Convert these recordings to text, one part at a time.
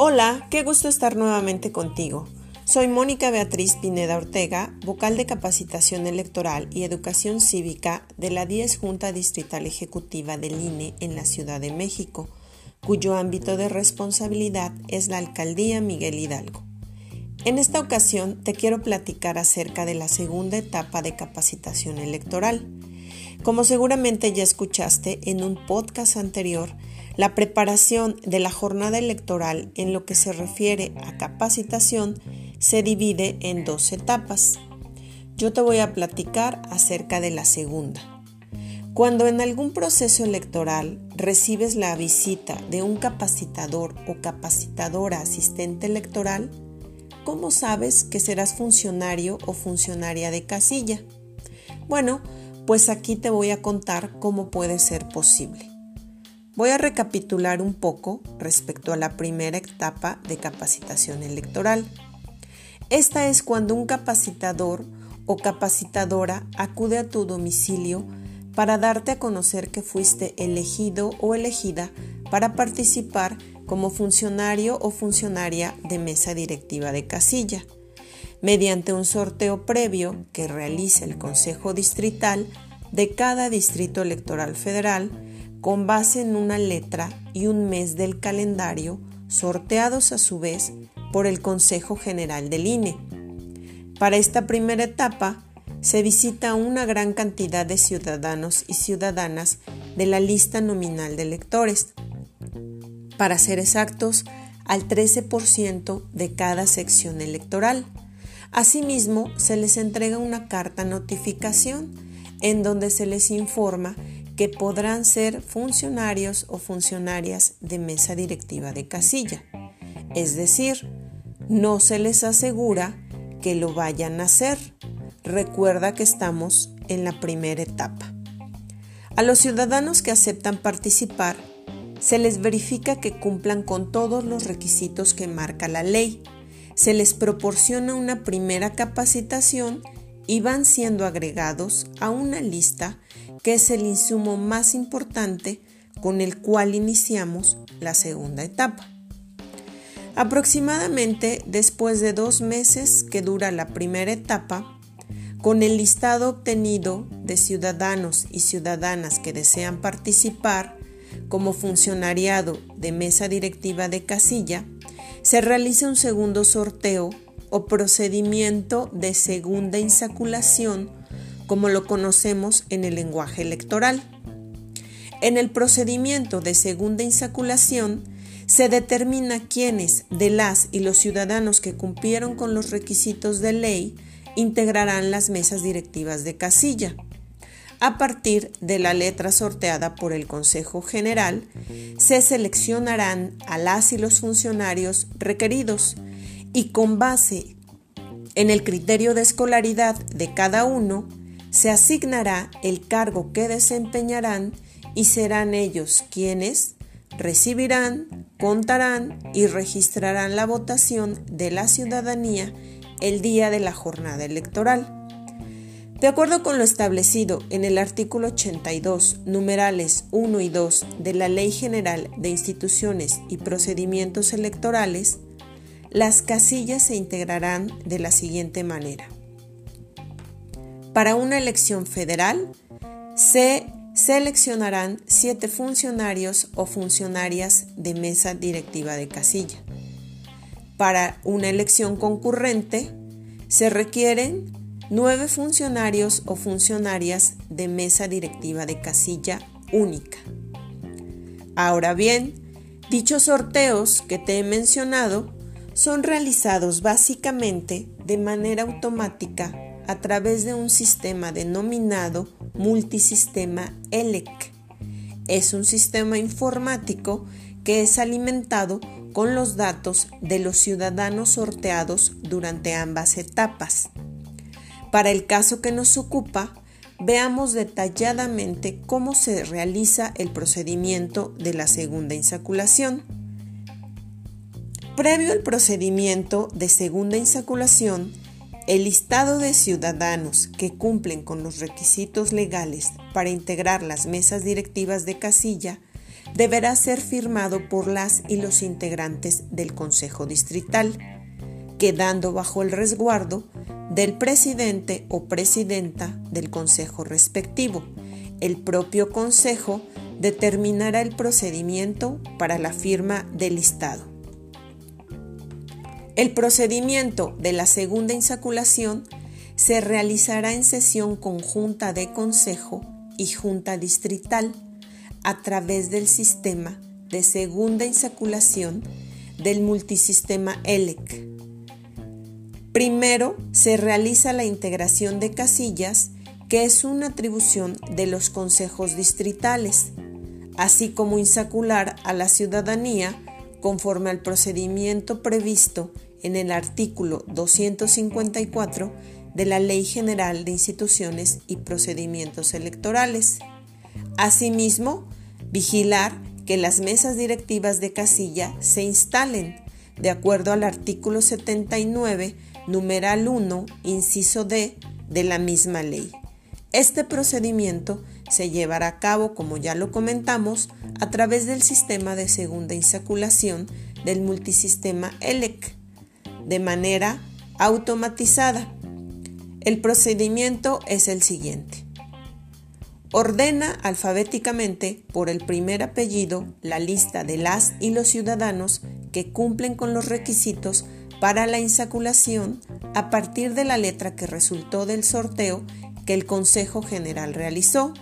Hola, qué gusto estar nuevamente contigo. Soy Mónica Beatriz Pineda Ortega, vocal de Capacitación Electoral y Educación Cívica de la 10 Junta Distrital Ejecutiva del INE en la Ciudad de México, cuyo ámbito de responsabilidad es la Alcaldía Miguel Hidalgo. En esta ocasión te quiero platicar acerca de la segunda etapa de capacitación electoral. Como seguramente ya escuchaste en un podcast anterior, la preparación de la jornada electoral en lo que se refiere a capacitación se divide en 2 etapas. Yo te voy a platicar acerca de la segunda. Cuando en algún proceso electoral recibes la visita de un capacitador o capacitadora asistente electoral, ¿cómo sabes que serás funcionario o funcionaria de casilla? Bueno, pues aquí te voy a contar cómo puede ser posible. Voy a recapitular un poco respecto a la primera etapa de capacitación electoral. Esta es cuando un capacitador o capacitadora acude a tu domicilio para darte a conocer que fuiste elegido o elegida para participar como funcionario o funcionaria de mesa directiva de casilla, mediante un sorteo previo que realiza el Consejo Distrital de cada distrito electoral federal con base en una letra y un mes del calendario sorteados a su vez por el Consejo General del INE. Para esta primera etapa se visita una gran cantidad de ciudadanos y ciudadanas de la lista nominal de electores, para ser exactos, al 13% de cada sección electoral. Asimismo, se les entrega una carta notificación en donde se les informa que podrán ser funcionarios o funcionarias de mesa directiva de casilla. Es decir, no se les asegura que lo vayan a hacer. Recuerda que estamos en la primera etapa. A los ciudadanos que aceptan participar, se les verifica que cumplan con todos los requisitos que marca la ley. Se les proporciona una primera capacitación y van siendo agregados a una lista que es el insumo más importante con el cual iniciamos la segunda etapa. Aproximadamente después de 2 meses que dura la primera etapa, con el listado obtenido de ciudadanos y ciudadanas que desean participar como funcionariado de mesa directiva de casilla, se realiza un segundo sorteo o procedimiento de segunda insaculación, como lo conocemos en el lenguaje electoral. En el procedimiento de segunda insaculación se determina quiénes de las y los ciudadanos que cumplieron con los requisitos de ley integrarán las mesas directivas de casilla. A partir de la letra sorteada por el Consejo General, se seleccionarán a las y los funcionarios requeridos y con base en el criterio de escolaridad de cada uno, se asignará el cargo que desempeñarán y serán ellos quienes recibirán, contarán y registrarán la votación de la ciudadanía el día de la jornada electoral. De acuerdo con lo establecido en el artículo 82, numerales 1 y 2 de la Ley General de Instituciones y Procedimientos Electorales, las casillas se integrarán de la siguiente manera. Para una elección federal, se seleccionarán 7 funcionarios o funcionarias de mesa directiva de casilla. Para una elección concurrente, se requieren 9 funcionarios o funcionarias de mesa directiva de casilla única. Ahora bien, dichos sorteos que te he mencionado son realizados básicamente de manera automática a través de un sistema denominado multisistema ELEC. Es un sistema informático que es alimentado con los datos de los ciudadanos sorteados durante ambas etapas. Para el caso que nos ocupa, veamos detalladamente cómo se realiza el procedimiento de la segunda insaculación. Previo al procedimiento de segunda insaculación, el listado de ciudadanos que cumplen con los requisitos legales para integrar las mesas directivas de casilla deberá ser firmado por las y los integrantes del Consejo Distrital, quedando bajo el resguardo del presidente o presidenta del consejo respectivo. El propio consejo determinará el procedimiento para la firma del listado. El procedimiento de la segunda insaculación se realizará en sesión conjunta de consejo y junta distrital a través del sistema de segunda insaculación del multisistema ELEC. Primero se realiza la integración de casillas, que es una atribución de los consejos distritales, así como insacular a la ciudadanía conforme al procedimiento previsto en el artículo 254 de la Ley General de Instituciones y Procedimientos Electorales. Asimismo, vigilar que las mesas directivas de casilla se instalen de acuerdo al artículo 79, numeral 1, inciso D de la misma ley. Este procedimiento se llevará a cabo, como ya lo comentamos, a través del sistema de segunda insaculación del multisistema ELEC, de manera automatizada. El procedimiento es el siguiente. Ordena alfabéticamente por el primer apellido la lista de las y los ciudadanos que cumplen con los requisitos para la insaculación a partir de la letra que resultó del sorteo que el Consejo General realizó.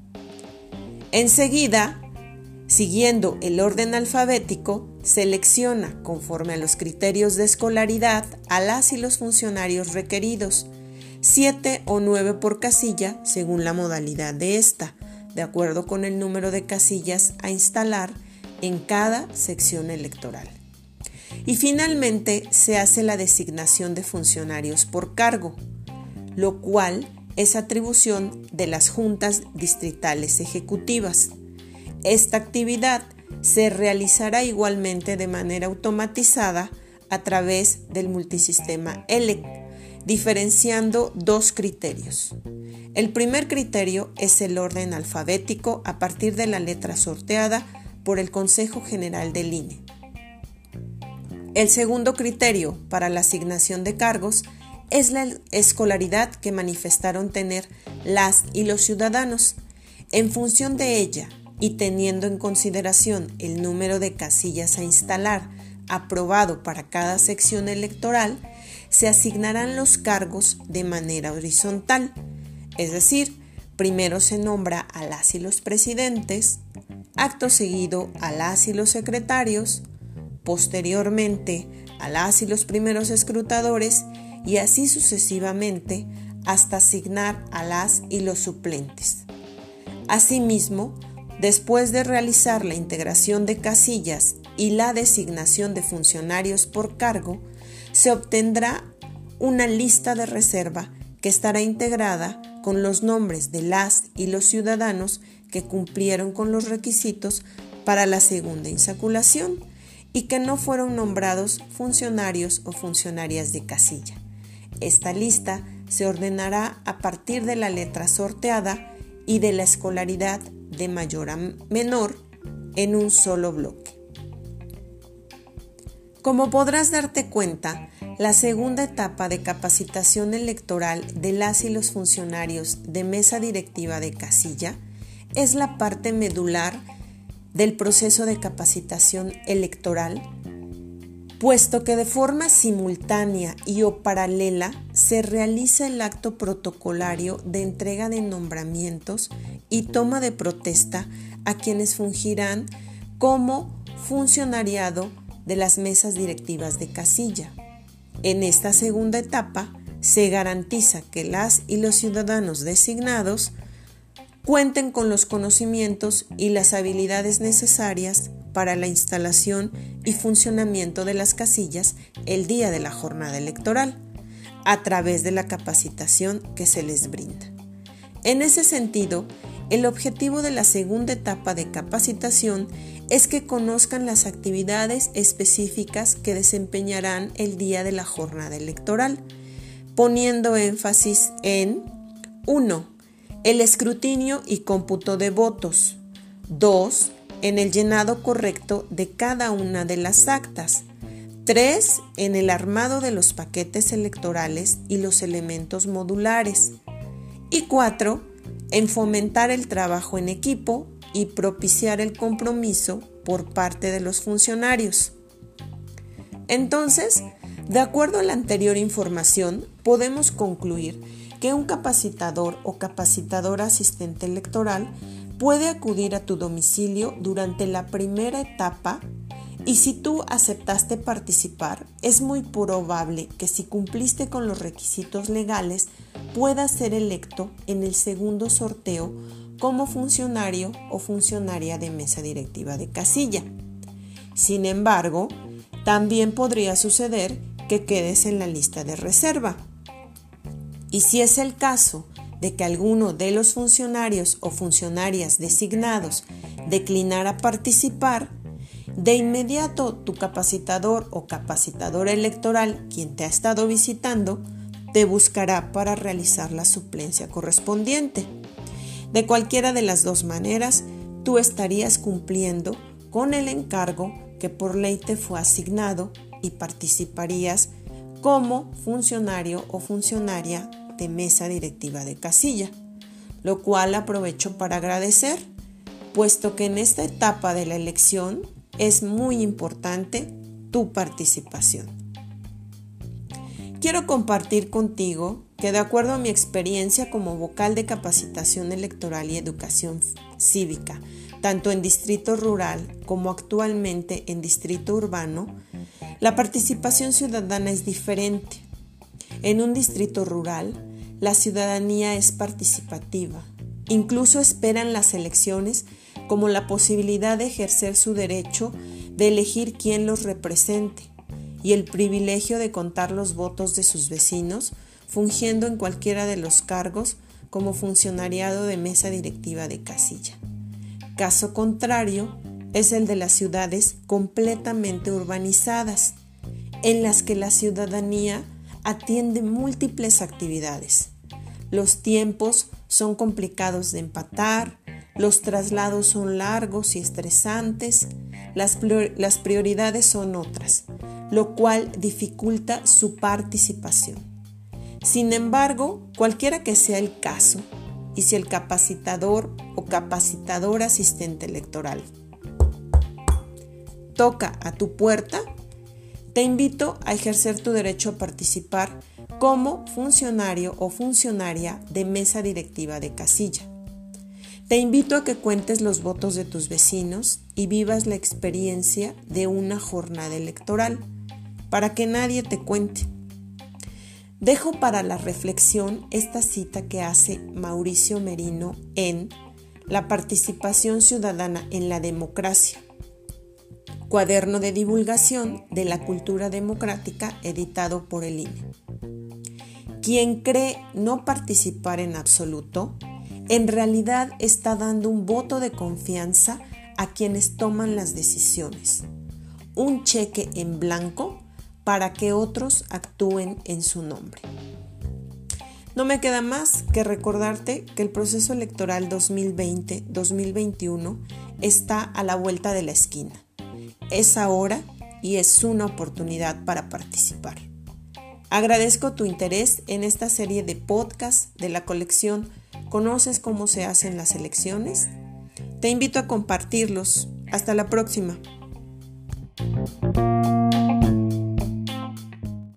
Enseguida, siguiendo el orden alfabético, selecciona, conforme a los criterios de escolaridad, a las y los funcionarios requeridos, 7 o 9 por casilla según la modalidad de esta, de acuerdo con el número de casillas a instalar en cada sección electoral. Y finalmente se hace la designación de funcionarios por cargo, lo cual es atribución de las juntas distritales ejecutivas. Esta actividad se realizará igualmente de manera automatizada a través del multisistema ELEC, diferenciando dos criterios. El primer criterio es el orden alfabético a partir de la letra sorteada por el Consejo General del INE. El segundo criterio para la asignación de cargos es la escolaridad que manifestaron tener las y los ciudadanos. En función de ella y teniendo en consideración el número de casillas a instalar aprobado para cada sección electoral, se asignarán los cargos de manera horizontal, es decir, primero se nombra a las y los presidentes, acto seguido a las y los secretarios, posteriormente a las y los primeros escrutadores y así sucesivamente hasta asignar a las y los suplentes. Asimismo, después de realizar la integración de casillas y la designación de funcionarios por cargo, se obtendrá una lista de reserva que estará integrada con los nombres de las y los ciudadanos que cumplieron con los requisitos para la segunda insaculación y que no fueron nombrados funcionarios o funcionarias de casilla. Esta lista se ordenará a partir de la letra sorteada y de la escolaridad de mayor a menor en un solo bloque. Como podrás darte cuenta, la segunda etapa de capacitación electoral de las y los funcionarios de mesa directiva de casilla es la parte medular del proceso de capacitación electoral, puesto que de forma simultánea y o paralela se realiza el acto protocolario de entrega de nombramientos y toma de protesta a quienes fungirán como funcionariado de las mesas directivas de casilla. En esta segunda etapa se garantiza que las y los ciudadanos designados cuenten con los conocimientos y las habilidades necesarias para la instalación y funcionamiento de las casillas el día de la jornada electoral, a través de la capacitación que se les brinda. En ese sentido, el objetivo de la segunda etapa de capacitación es que conozcan las actividades específicas que desempeñarán el día de la jornada electoral, poniendo énfasis en 1. El escrutinio y cómputo de votos. 2. en el llenado correcto de cada una de las actas. 3. En el armado de los paquetes electorales y los elementos modulares. Y 4. En fomentar el trabajo en equipo y propiciar el compromiso por parte de los funcionarios. Entonces, de acuerdo a la anterior información, podemos concluir que un capacitador o capacitadora asistente electoral puede acudir a tu domicilio durante la primera etapa y si tú aceptaste participar, es muy probable que si cumpliste con los requisitos legales puedas ser electo en el segundo sorteo como funcionario o funcionaria de mesa directiva de casilla. Sin embargo, también podría suceder que quedes en la lista de reserva. Y si es el caso de que alguno de los funcionarios o funcionarias designados declinara participar, de inmediato tu capacitador o capacitadora electoral, quien te ha estado visitando, te buscará para realizar la suplencia correspondiente. De cualquiera de las dos maneras, tú estarías cumpliendo con el encargo que por ley te fue asignado y participarías como funcionario o funcionaria de mesa directiva de casilla, lo cual aprovecho para agradecer, puesto que en esta etapa de la elección es muy importante tu participación. Quiero compartir contigo que de acuerdo a mi experiencia como vocal de capacitación electoral y educación cívica, tanto en distrito rural como actualmente en distrito urbano, la participación ciudadana es diferente. En un distrito rural, la ciudadanía es participativa. Incluso esperan las elecciones como la posibilidad de ejercer su derecho de elegir quién los represente y el privilegio de contar los votos de sus vecinos, fungiendo en cualquiera de los cargos como funcionariado de mesa directiva de casilla. Caso contrario es el de las ciudades completamente urbanizadas, en las que la ciudadanía atiende múltiples actividades. Los tiempos son complicados de empatar, los traslados son largos y estresantes, las prioridades son otras, lo cual dificulta su participación. Sin embargo, cualquiera que sea el caso, y si el capacitador o capacitadora asistente electoral toca a tu puerta, te invito a ejercer tu derecho a participar como funcionario o funcionaria de mesa directiva de casilla. Te invito a que cuentes los votos de tus vecinos y vivas la experiencia de una jornada electoral, para que nadie te cuente. Dejo para la reflexión esta cita que hace Mauricio Merino en La participación ciudadana en la democracia, cuaderno de divulgación de la cultura democrática editado por el INE. Quien cree no participar en absoluto, en realidad está dando un voto de confianza a quienes toman las decisiones, un cheque en blanco para que otros actúen en su nombre. No me queda más que recordarte que el proceso electoral 2020-2021 está a la vuelta de la esquina. Es ahora y es una oportunidad para participar. Agradezco tu interés en esta serie de podcasts de la colección ¿Conoces cómo se hacen las elecciones? Te invito a compartirlos. Hasta la próxima.